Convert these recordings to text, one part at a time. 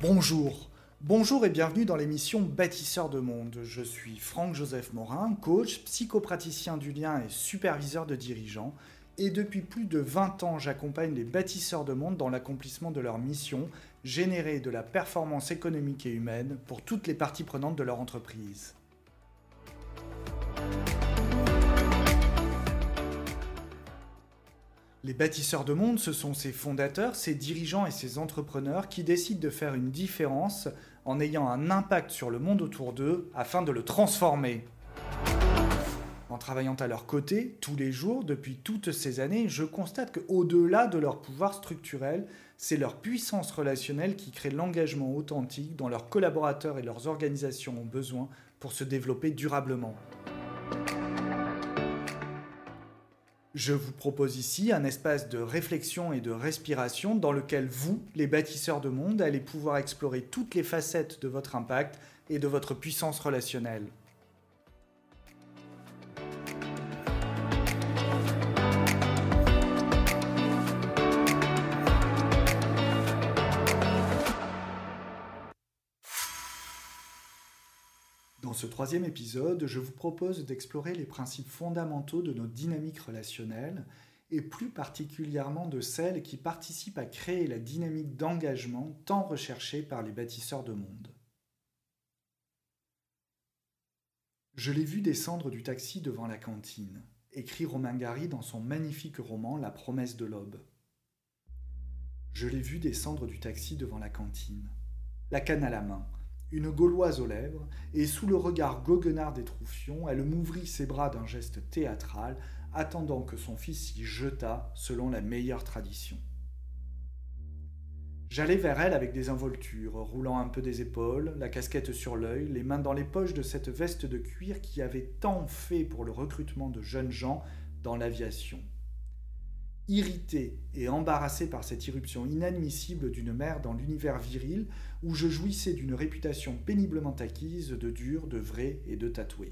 Bonjour et bienvenue dans l'émission Bâtisseurs de monde. Je suis Franck-Joseph Morin, coach, psychopraticien du lien et superviseur de dirigeants. Et depuis plus de 20 ans, j'accompagne les bâtisseurs de monde dans l'accomplissement de leur mission, générer de la performance économique et humaine pour toutes les parties prenantes de leur entreprise. Les bâtisseurs de monde, ce sont ces fondateurs, ces dirigeants et ces entrepreneurs qui décident de faire une différence en ayant un impact sur le monde autour d'eux afin de le transformer. En travaillant à leur côté, tous les jours, depuis toutes ces années, je constate qu'au-delà de leur pouvoir structurel, c'est leur puissance relationnelle qui crée l'engagement authentique dont leurs collaborateurs et leurs organisations ont besoin pour se développer durablement. Je vous propose ici un espace de réflexion et de respiration dans lequel vous, les bâtisseurs de monde, allez pouvoir explorer toutes les facettes de votre impact et de votre puissance relationnelle. Dans ce troisième épisode, je vous propose d'explorer les principes fondamentaux de nos dynamiques relationnelles et plus particulièrement de celles qui participent à créer la dynamique d'engagement tant recherchée par les bâtisseurs de monde. Je l'ai vu descendre du taxi devant la cantine, écrit Romain Gary dans son magnifique roman La promesse de l'aube. Je l'ai vu descendre du taxi devant la cantine, la canne à la main, une gauloise aux lèvres, et sous le regard goguenard des Troufions, elle m'ouvrit ses bras d'un geste théâtral, attendant que son fils s'y jetât selon la meilleure tradition. J'allais vers elle avec désinvolture, roulant un peu des épaules, la casquette sur l'œil, les mains dans les poches de cette veste de cuir qui avait tant fait pour le recrutement de jeunes gens dans l'aviation. Irrité et embarrassé par cette irruption inadmissible d'une mère dans l'univers viril où je jouissais d'une réputation péniblement acquise de dur, de vrai et de tatoué.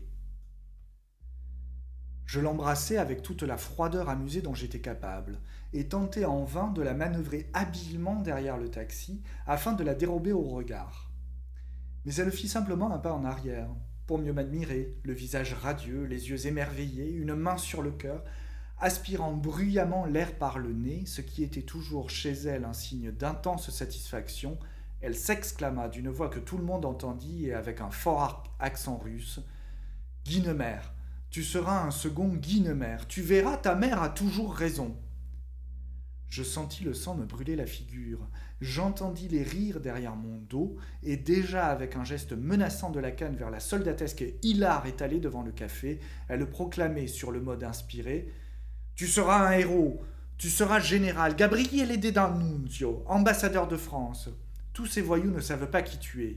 Je l'embrassai avec toute la froideur amusée dont j'étais capable et tentai en vain de la manœuvrer habilement derrière le taxi afin de la dérober au regard. Mais elle fit simplement un pas en arrière, pour mieux m'admirer, le visage radieux, les yeux émerveillés, une main sur le cœur, aspirant bruyamment l'air par le nez, ce qui était toujours chez elle un signe d'intense satisfaction, elle s'exclama d'une voix que tout le monde entendit et avec un fort accent russe « Guynemer, tu seras un second Guynemer, tu verras, ta mère a toujours raison !» Je sentis le sang me brûler la figure, j'entendis les rires derrière mon dos, et déjà avec un geste menaçant de la canne vers la soldatesque hilar étalée devant le café, elle proclamait sur le mode inspiré « Tu seras un héros, tu seras général, Gabriele D'Annunzio, ambassadeur de France. Tous ces voyous ne savent pas qui tu es. »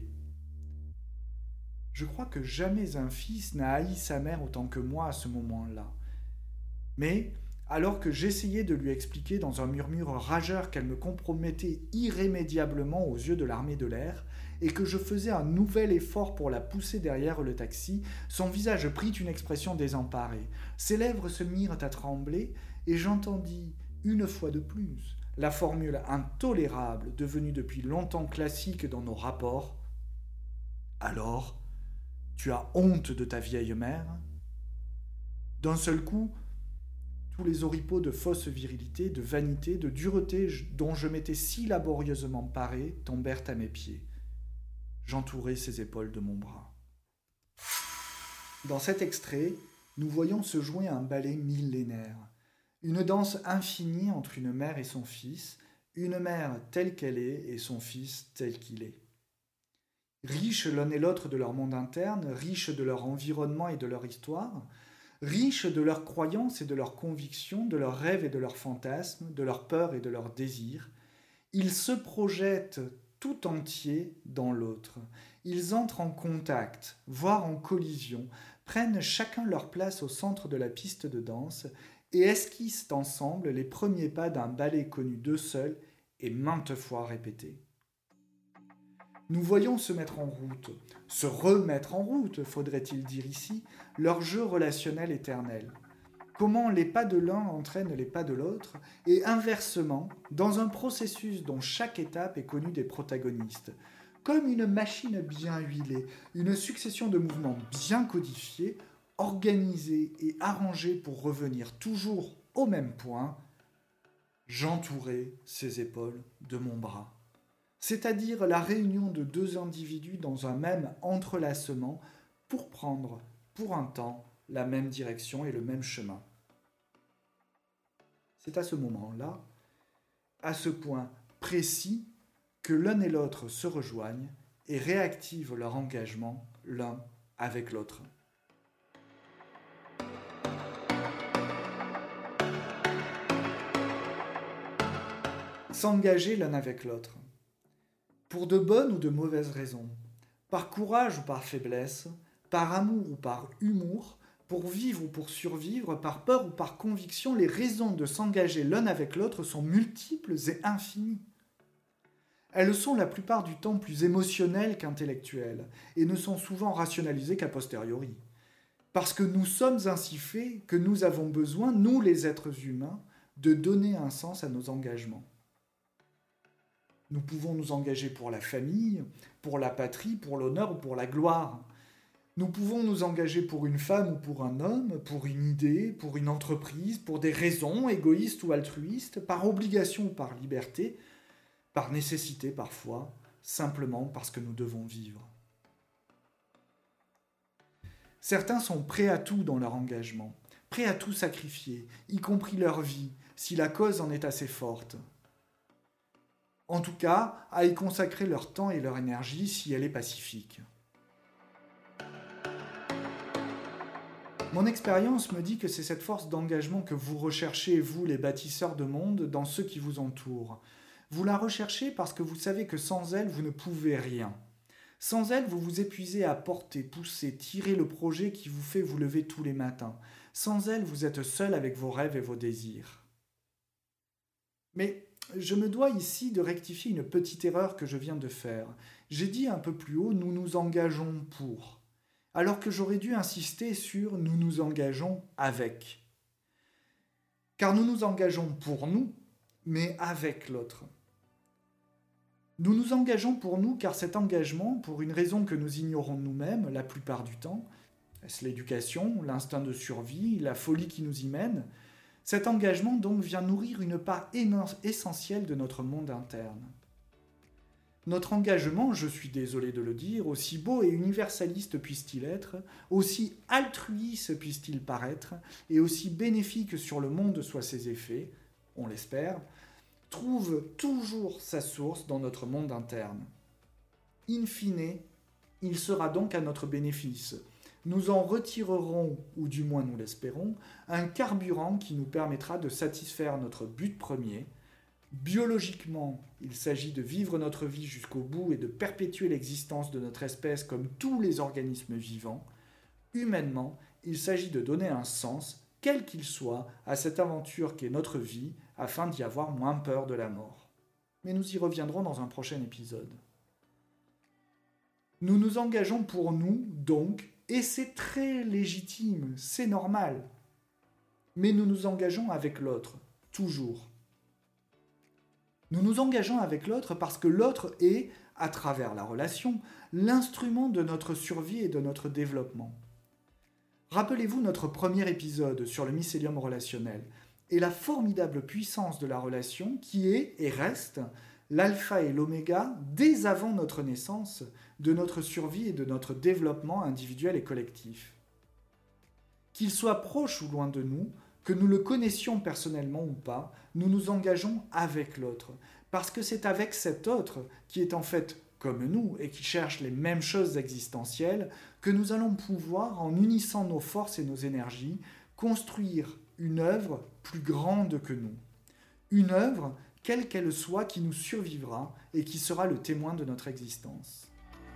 Je crois que jamais un fils n'a haï sa mère autant que moi à ce moment-là. Mais, alors que j'essayais de lui expliquer dans un murmure rageur qu'elle me compromettait irrémédiablement aux yeux de l'armée de l'air, et que je faisais un nouvel effort pour la pousser derrière le taxi, son visage prit une expression désemparée. Ses lèvres se mirent à trembler, et j'entendis, une fois de plus, la formule intolérable, devenue depuis longtemps classique dans nos rapports. « Alors, tu as honte de ta vieille mère ?» D'un seul coup, tous les oripeaux de fausse virilité, de vanité, de dureté dont je m'étais si laborieusement paré tombèrent à mes pieds. J'entourai ses épaules de mon bras. Dans cet extrait, nous voyons se jouer un ballet millénaire, une danse infinie entre une mère et son fils, une mère telle qu'elle est et son fils tel qu'il est. Riches l'un et l'autre de leur monde interne, riches de leur environnement et de leur histoire, riches de leurs croyances et de leurs convictions, de leurs rêves et de leurs fantasmes, de leurs peurs et de leurs désirs, ils se projettent tout entier dans l'autre. Ils entrent en contact, voire en collision, prennent chacun leur place au centre de la piste de danse et esquissent ensemble les premiers pas d'un ballet connu d'eux seuls et maintes fois répété. Nous voyons se mettre en route, se remettre en route, faudrait-il dire ici, leur jeu relationnel éternel. Comment les pas de l'un entraînent les pas de l'autre, et inversement, dans un processus dont chaque étape est connue des protagonistes. comme une machine bien huilée, une succession de mouvements bien codifiés, organisés et arrangés pour revenir toujours au même point, j'entourais ses épaules de mon bras. C'est-à-dire la réunion de deux individus dans un même entrelacement pour prendre, pour un temps, la même direction et le même chemin. C'est à ce moment-là, à ce point précis, que l'un et l'autre se rejoignent et réactivent leur engagement l'un avec l'autre. S'engager l'un avec l'autre. Pour de bonnes ou de mauvaises raisons, par courage ou par faiblesse, par amour ou par humour, pour vivre ou pour survivre, par peur ou par conviction, les raisons de s'engager l'un avec l'autre sont multiples et infinies. Elles sont la plupart du temps plus émotionnelles qu'intellectuelles, et ne sont souvent rationalisées qu'a posteriori. Parce que nous sommes ainsi faits que nous avons besoin, nous les êtres humains, de donner un sens à nos engagements. Nous pouvons nous engager pour la famille, pour la patrie, pour l'honneur ou pour la gloire. Nous pouvons nous engager pour une femme ou pour un homme, pour une idée, pour une entreprise, pour des raisons égoïstes ou altruistes, par obligation ou par liberté, par nécessité parfois, simplement parce que nous devons vivre. Certains sont prêts à tout dans leur engagement, prêts à tout sacrifier, y compris leur vie, si la cause en est assez forte. En tout cas, à y consacrer leur temps et leur énergie si elle est pacifique. Mon expérience me dit que c'est cette force d'engagement que vous recherchez, vous les bâtisseurs de monde, dans ceux qui vous entourent. Vous la recherchez parce que vous savez que sans elle, vous ne pouvez rien. Sans elle, vous vous épuisez à porter, pousser, tirer le projet qui vous fait vous lever tous les matins. Sans elle, vous êtes seul avec vos rêves et vos désirs. Mais je me dois ici de rectifier une petite erreur que je viens de faire. J'ai dit un peu plus haut « nous nous engageons pour », alors que j'aurais dû insister sur « nous nous engageons avec ». Car nous nous engageons pour nous, mais avec l'autre. Nous nous engageons pour nous car cet engagement, pour une raison que nous ignorons nous-mêmes la plupart du temps, est-ce l'éducation, l'instinct de survie, la folie qui nous y mène, cet engagement donc vient nourrir une part essentielle de notre monde interne. Notre engagement, je suis désolé de le dire, aussi beau et universaliste puisse-t-il être, aussi altruiste puisse-t-il paraître, et aussi bénéfique sur le monde soient ses effets, on l'espère, trouve toujours sa source dans notre monde interne. In fine, il sera donc à notre bénéfice. Nous en retirerons, ou du moins nous l'espérons, un carburant qui nous permettra de satisfaire notre but premier. Biologiquement, il s'agit de vivre notre vie jusqu'au bout et de perpétuer l'existence de notre espèce comme tous les organismes vivants. Humainement, il s'agit de donner un sens, quel qu'il soit, à cette aventure qu'est notre vie, afin d'y avoir moins peur de la mort. Mais nous y reviendrons dans un prochain épisode. Nous nous engageons pour nous, donc, et c'est très légitime, c'est normal. Mais nous nous engageons avec l'autre, toujours. Nous nous engageons avec l'autre parce que l'autre est, à travers la relation, l'instrument de notre survie et de notre développement. Rappelez-vous notre premier épisode sur le mycélium relationnel et la formidable puissance de la relation qui est et reste l'alpha et l'oméga dès avant notre naissance de notre survie et de notre développement individuel et collectif. Qu'il soit proche ou loin de nous, que nous le connaissions personnellement ou pas, nous nous engageons avec l'autre, parce que c'est avec cet autre qui est en fait comme nous et qui cherche les mêmes choses existentielles que nous allons pouvoir, en unissant nos forces et nos énergies, construire une œuvre plus grande que nous. Une œuvre, quelle qu'elle soit, qui nous survivra et qui sera le témoin de notre existence.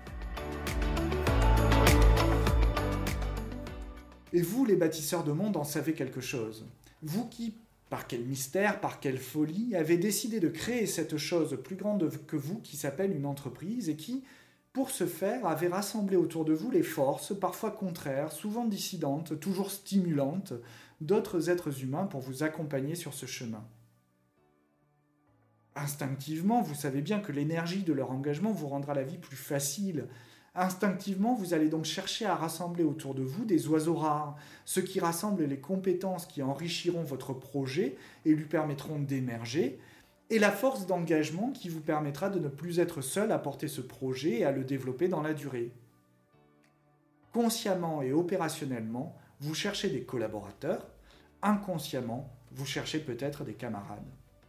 Et vous, les bâtisseurs de monde, en savez quelque chose. Vous qui, par quel mystère, par quelle folie, avez décidé de créer cette chose plus grande que vous qui s'appelle une entreprise et qui, pour ce faire, avez rassemblé autour de vous les forces, parfois contraires, souvent dissidentes, toujours stimulantes, d'autres êtres humains pour vous accompagner sur ce chemin. Instinctivement, vous savez bien que l'énergie de leur engagement vous rendra la vie plus facile. Instinctivement, vous allez donc chercher à rassembler autour de vous des oiseaux rares, ceux qui rassemblent les compétences qui enrichiront votre projet et lui permettront d'émerger, et la force d'engagement qui vous permettra de ne plus être seul à porter ce projet et à le développer dans la durée. Consciemment et opérationnellement, vous cherchez des collaborateurs, inconsciemment, vous cherchez peut-être des camarades.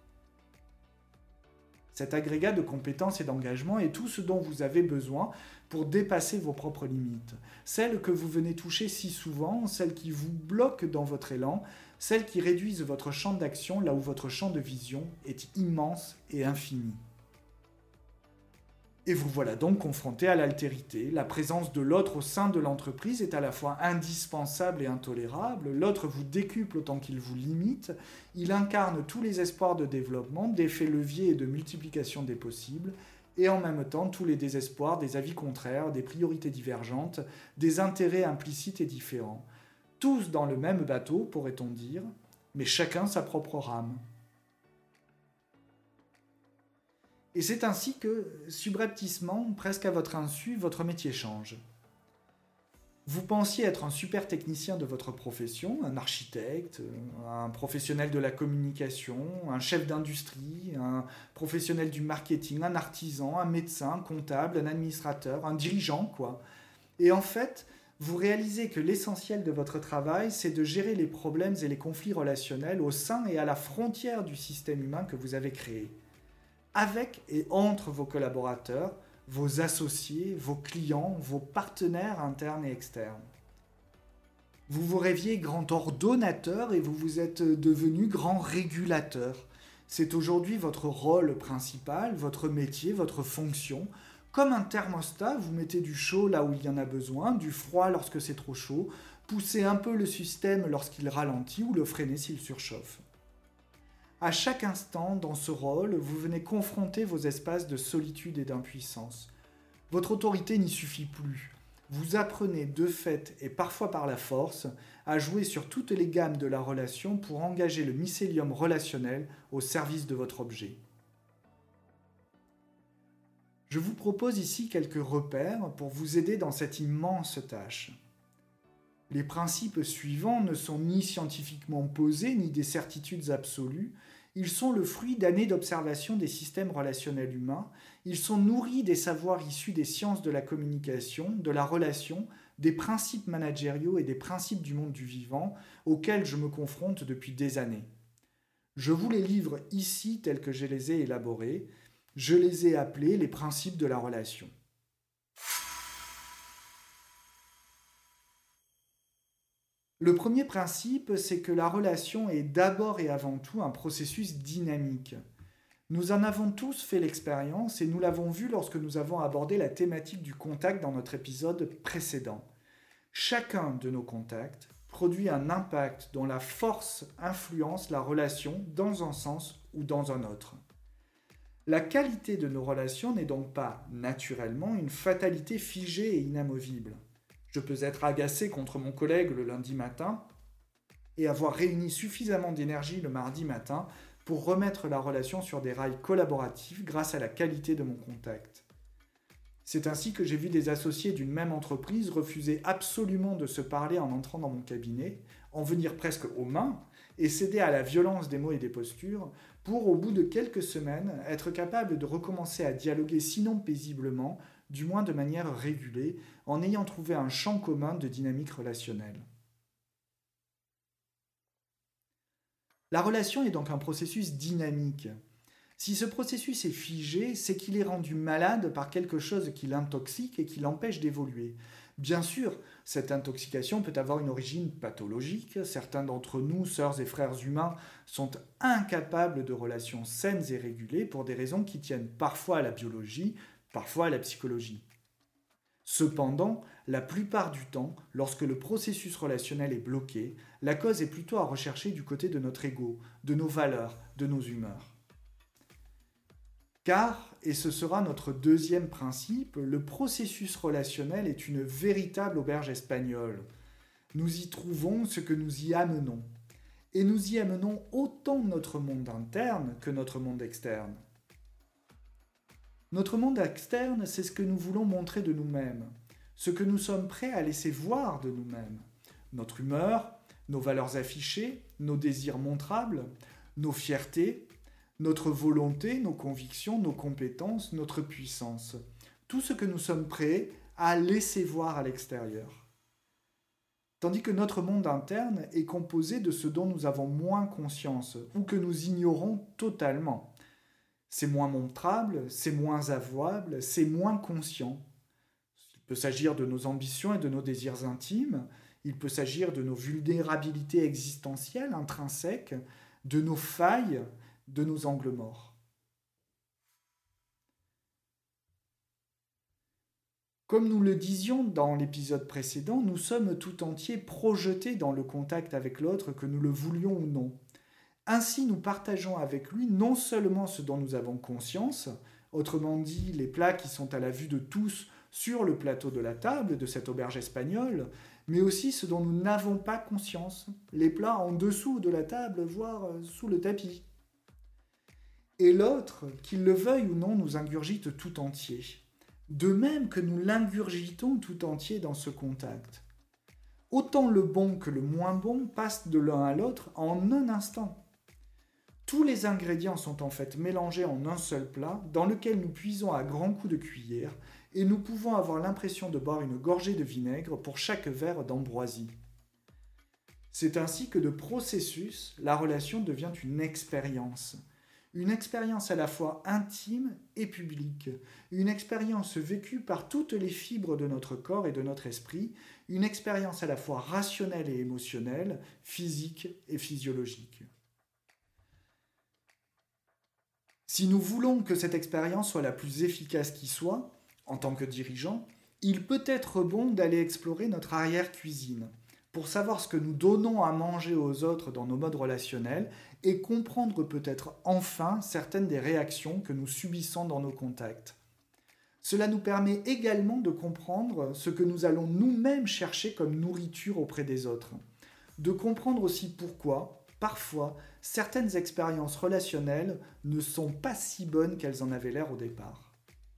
Cet agrégat de compétences et d'engagement est tout ce dont vous avez besoin pour dépasser vos propres limites. Celles que vous venez toucher si souvent, celles qui vous bloquent dans votre élan, celles qui réduisent votre champ d'action là où votre champ de vision est immense et infini. Et vous voilà donc confronté à l'altérité. La présence de l'autre au sein de l'entreprise est à la fois indispensable et intolérable. L'autre vous décuple autant qu'il vous limite. Il incarne tous les espoirs de développement, d'effets leviers et de multiplication des possibles, et en même temps tous les désespoirs, des avis contraires, des priorités divergentes, des intérêts implicites et différents. Tous dans le même bateau, pourrait-on dire, mais chacun sa propre rame. Et c'est ainsi que, subrepticement, presque à votre insu, votre métier change. Vous pensiez être un super technicien de votre profession, un architecte, un professionnel de la communication, un chef d'industrie, un professionnel du marketing, un artisan, un médecin, un comptable, un administrateur, un dirigeant, quoi. Et en fait, vous réalisez que l'essentiel de votre travail, c'est de gérer les problèmes et les conflits relationnels au sein et à la frontière du système humain que vous avez créé. Avec et entre vos collaborateurs, vos associés, vos clients, vos partenaires internes et externes. Vous vous rêviez grand ordonnateur et vous vous êtes devenu grand régulateur. C'est aujourd'hui votre rôle principal, votre métier, votre fonction. Comme un thermostat, vous mettez du chaud là où il y en a besoin, du froid lorsque c'est trop chaud, poussez un peu le système lorsqu'il ralentit ou le freinez s'il surchauffe. À chaque instant, dans ce rôle, vous venez confronter vos espaces de solitude et d'impuissance. Votre autorité n'y suffit plus. Vous apprenez de fait, et parfois par la force, à jouer sur toutes les gammes de la relation pour engager le mycélium relationnel au service de votre objet. Je vous propose ici quelques repères pour vous aider dans cette immense tâche. Les principes suivants ne sont ni scientifiquement posés, ni des certitudes absolues. Ils sont le fruit d'années d'observation des systèmes relationnels humains. Ils sont nourris des savoirs issus des sciences de la communication, de la relation, des principes managériaux et des principes du monde du vivant, auxquels je me confronte depuis des années. Je vous les livre ici tels que je les ai élaborés. Je les ai appelés les principes de la relation. Le premier principe, c'est que la relation est d'abord et avant tout un processus dynamique. Nous en avons tous fait l'expérience et nous l'avons vu lorsque nous avons abordé la thématique du contact dans notre épisode précédent. Chacun de nos contacts produit un impact dont la force influence la relation dans un sens ou dans un autre. La qualité de nos relations n'est donc pas, naturellement, une fatalité figée et inamovible. Je peux être agacé contre mon collègue le lundi matin et avoir réuni suffisamment d'énergie le mardi matin pour remettre la relation sur des rails collaboratifs grâce à la qualité de mon contact. C'est ainsi que j'ai vu des associés d'une même entreprise refuser absolument de se parler en entrant dans mon cabinet, en venir presque aux mains et céder à la violence des mots et des postures pour, au bout de quelques semaines, être capable de recommencer à dialoguer sinon paisiblement, du moins de manière régulée, en ayant trouvé un champ commun de dynamique relationnelle. La relation est donc un processus dynamique. Si ce processus est figé, c'est qu'il est rendu malade par quelque chose qui l'intoxique et qui l'empêche d'évoluer. Bien sûr, cette intoxication peut avoir une origine pathologique. Certains d'entre nous, sœurs et frères humains, sont incapables de relations saines et régulées pour des raisons qui tiennent parfois à la biologie, parfois à la psychologie. Cependant, la plupart du temps, lorsque le processus relationnel est bloqué, la cause est plutôt à rechercher du côté de notre ego, de nos valeurs, de nos humeurs. Car, et ce sera notre deuxième principe, le processus relationnel est une véritable auberge espagnole. Nous y trouvons ce que nous y amenons. Et nous y amenons autant notre monde interne que notre monde externe. Notre monde externe, c'est ce que nous voulons montrer de nous-mêmes, ce que nous sommes prêts à laisser voir de nous-mêmes. Notre humeur, nos valeurs affichées, nos désirs montrables, nos fiertés, notre volonté, nos convictions, nos compétences, notre puissance. Tout ce que nous sommes prêts à laisser voir à l'extérieur. Tandis que notre monde interne est composé de ce dont nous avons moins conscience ou que nous ignorons totalement. C'est moins montrable, c'est moins avouable, c'est moins conscient. Il peut s'agir de nos ambitions et de nos désirs intimes, il peut s'agir de nos vulnérabilités existentielles intrinsèques, de nos failles, de nos angles morts. Comme nous le disions dans l'épisode précédent, nous sommes tout entiers projetés dans le contact avec l'autre, que nous le voulions ou non. Ainsi, nous partageons avec lui non seulement ce dont nous avons conscience, autrement dit les plats qui sont à la vue de tous sur le plateau de la table de cette auberge espagnole, mais aussi ce dont nous n'avons pas conscience, les plats en dessous de la table, voire sous le tapis. Et l'autre, qu'il le veuille ou non, nous ingurgite tout entier. De même que nous l'ingurgitons tout entier dans ce contact. Autant le bon que le moins bon passent de l'un à l'autre en un instant. Tous les ingrédients sont en fait mélangés en un seul plat dans lequel nous puisons à grands coups de cuillère et nous pouvons avoir l'impression de boire une gorgée de vinaigre pour chaque verre d'ambroisie. C'est ainsi que de processus, la relation devient une expérience à la fois intime et publique, une expérience vécue par toutes les fibres de notre corps et de notre esprit, une expérience à la fois rationnelle et émotionnelle, physique et physiologique. Si nous voulons que cette expérience soit la plus efficace qui soit, en tant que dirigeant, il peut être bon d'aller explorer notre arrière-cuisine, pour savoir ce que nous donnons à manger aux autres dans nos modes relationnels et comprendre peut-être enfin certaines des réactions que nous subissons dans nos contacts. Cela nous permet également de comprendre ce que nous allons nous-mêmes chercher comme nourriture auprès des autres, de comprendre aussi pourquoi, parfois, certaines expériences relationnelles ne sont pas si bonnes qu'elles en avaient l'air au départ.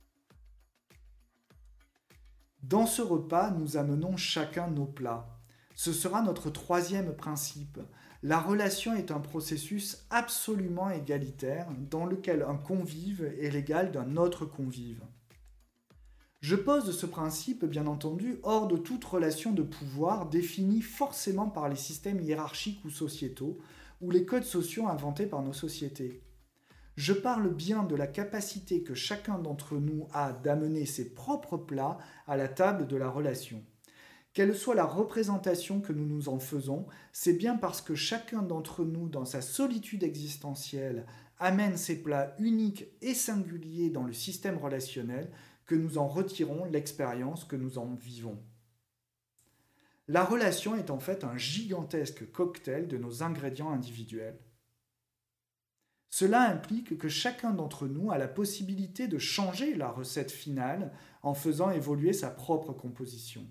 Dans ce repas, nous amenons chacun nos plats. Ce sera notre troisième principe. La relation est un processus absolument égalitaire dans lequel un convive est l'égal d'un autre convive. Je pose ce principe, bien entendu, hors de toute relation de pouvoir définie forcément par les systèmes hiérarchiques ou sociétaux ou les codes sociaux inventés par nos sociétés. Je parle bien de la capacité que chacun d'entre nous a d'amener ses propres plats à la table de la relation. Quelle soit la représentation que nous nous en faisons, c'est bien parce que chacun d'entre nous, dans sa solitude existentielle, amène ses plats uniques et singuliers dans le système relationnel que nous en retirons l'expérience que nous en vivons. La relation est en fait un gigantesque cocktail de nos ingrédients individuels. Cela implique que chacun d'entre nous a la possibilité de changer la recette finale en faisant évoluer sa propre composition.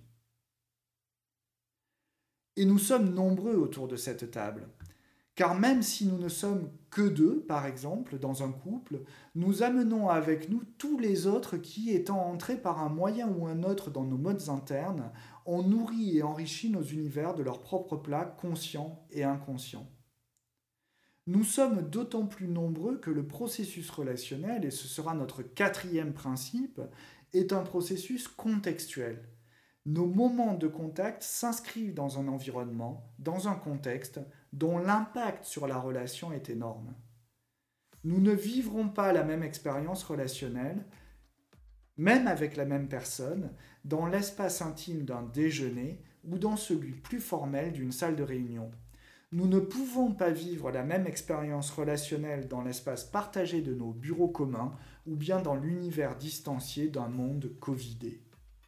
Et nous sommes nombreux autour de cette table. Car même si nous ne sommes que deux, par exemple, dans un couple, nous amenons avec nous tous les autres qui, étant entrés par un moyen ou un autre dans nos modes internes, ont nourri et enrichi nos univers de leurs propres plats conscients et inconscients. Nous sommes d'autant plus nombreux que le processus relationnel, et ce sera notre quatrième principe, est un processus contextuel. Nos moments de contact s'inscrivent dans un environnement, dans un contexte, dont l'impact sur la relation est énorme. Nous ne vivrons pas la même expérience relationnelle, même avec la même personne, dans l'espace intime d'un déjeuner ou dans celui plus formel d'une salle de réunion. Nous ne pouvons pas vivre la même expérience relationnelle dans l'espace partagé de nos bureaux communs ou bien dans l'univers distancié d'un monde covidé.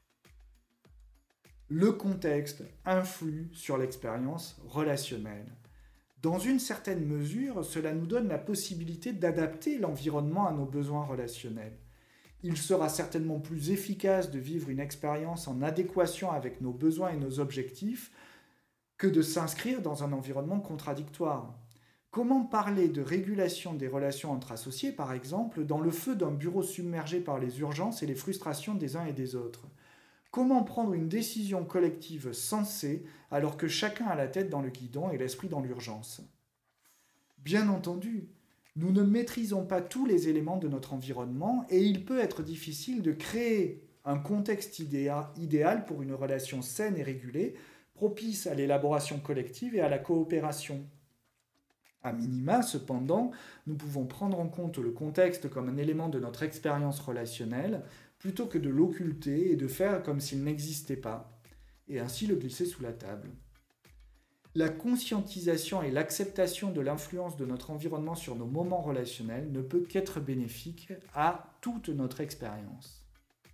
Le contexte influe sur l'expérience relationnelle. Dans une certaine mesure, cela nous donne la possibilité d'adapter l'environnement à nos besoins relationnels. Il sera certainement plus efficace de vivre une expérience en adéquation avec nos besoins et nos objectifs que de s'inscrire dans un environnement contradictoire. Comment parler de régulation des relations entre associés, par exemple, dans le feu d'un bureau submergé par les urgences et les frustrations des uns et des autres? Comment prendre une décision collective sensée alors que chacun a la tête dans le guidon et l'esprit dans l'urgence? Bien entendu, nous ne maîtrisons pas tous les éléments de notre environnement et il peut être difficile de créer un contexte idéal pour une relation saine et régulée, propice à l'élaboration collective et à la coopération. A minima, cependant, nous pouvons prendre en compte le contexte comme un élément de notre expérience relationnelle, plutôt que de l'occulter et de faire comme s'il n'existait pas, et ainsi le glisser sous la table. La conscientisation et l'acceptation de l'influence de notre environnement sur nos moments relationnels ne peut qu'être bénéfique à toute notre expérience.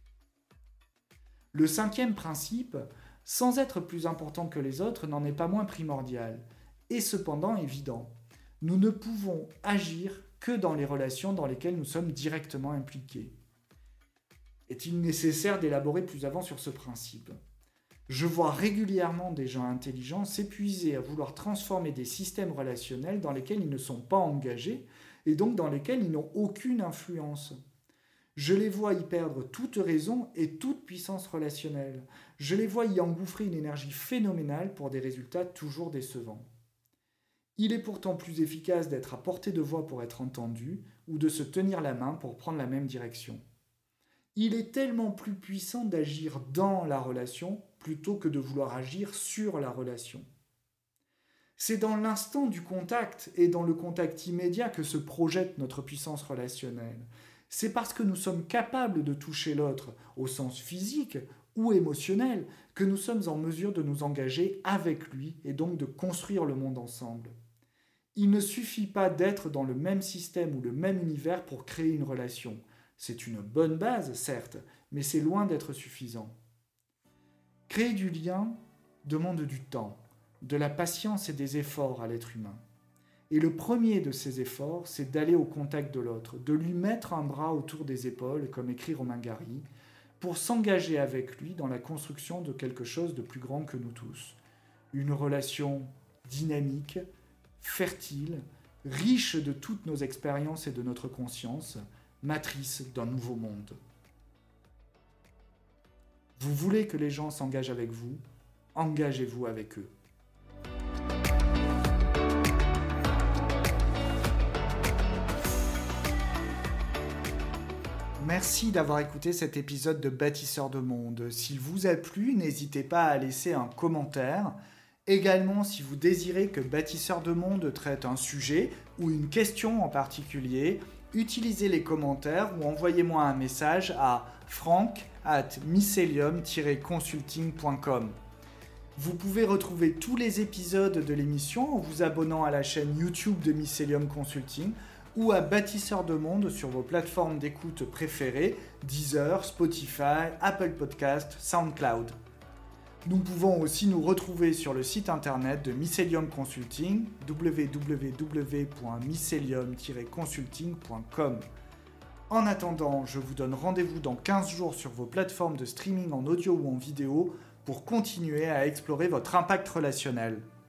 Le 5e principe, sans être plus important que les autres, n'en est pas moins primordial, et cependant évident. Nous ne pouvons agir que dans les relations dans lesquelles nous sommes directement impliqués. Est-il nécessaire d'élaborer plus avant sur ce principe ? Je vois régulièrement des gens intelligents s'épuiser à vouloir transformer des systèmes relationnels dans lesquels ils ne sont pas engagés et donc dans lesquels ils n'ont aucune influence. Je les vois y perdre toute raison et toute puissance relationnelle. Je les vois y engouffrer une énergie phénoménale pour des résultats toujours décevants. Il est pourtant plus efficace d'être à portée de voix pour être entendu ou de se tenir la main pour prendre la même direction. Il est tellement plus puissant d'agir dans la relation plutôt que de vouloir agir sur la relation. C'est dans l'instant du contact et dans le contact immédiat que se projette notre puissance relationnelle. C'est parce que nous sommes capables de toucher l'autre au sens physique ou émotionnel que nous sommes en mesure de nous engager avec lui et donc de construire le monde ensemble. Il ne suffit pas d'être dans le même système ou le même univers pour créer une relation. C'est une bonne base, certes, mais c'est loin d'être suffisant. Créer du lien demande du temps, de la patience et des efforts à l'être humain. Et le premier de ces efforts, c'est d'aller au contact de l'autre, de lui mettre un bras autour des épaules, comme écrit Romain Gary, pour s'engager avec lui dans la construction de quelque chose de plus grand que nous tous. Une relation dynamique, fertile, riche de toutes nos expériences et de notre conscience, matrice d'un nouveau monde. Vous voulez que les gens s'engagent avec vous, engagez-vous avec eux. Merci d'avoir écouté cet épisode de Bâtisseurs de Monde. S'il vous a plu, n'hésitez pas à laisser un commentaire. Également, si vous désirez que Bâtisseurs de Monde traite un sujet ou une question en particulier, utilisez les commentaires ou envoyez-moi un message à franck@mycelium-consulting.com. Vous pouvez retrouver tous les épisodes de l'émission en vous abonnant à la chaîne YouTube de Mycelium Consulting ou à Bâtisseurs de Monde sur vos plateformes d'écoute préférées, Deezer, Spotify, Apple Podcast, SoundCloud. Nous pouvons aussi nous retrouver sur le site internet de Mycelium Consulting, www.mycelium-consulting.com. En attendant, je vous donne rendez-vous dans 15 jours sur vos plateformes de streaming en audio ou en vidéo pour continuer à explorer votre impact relationnel.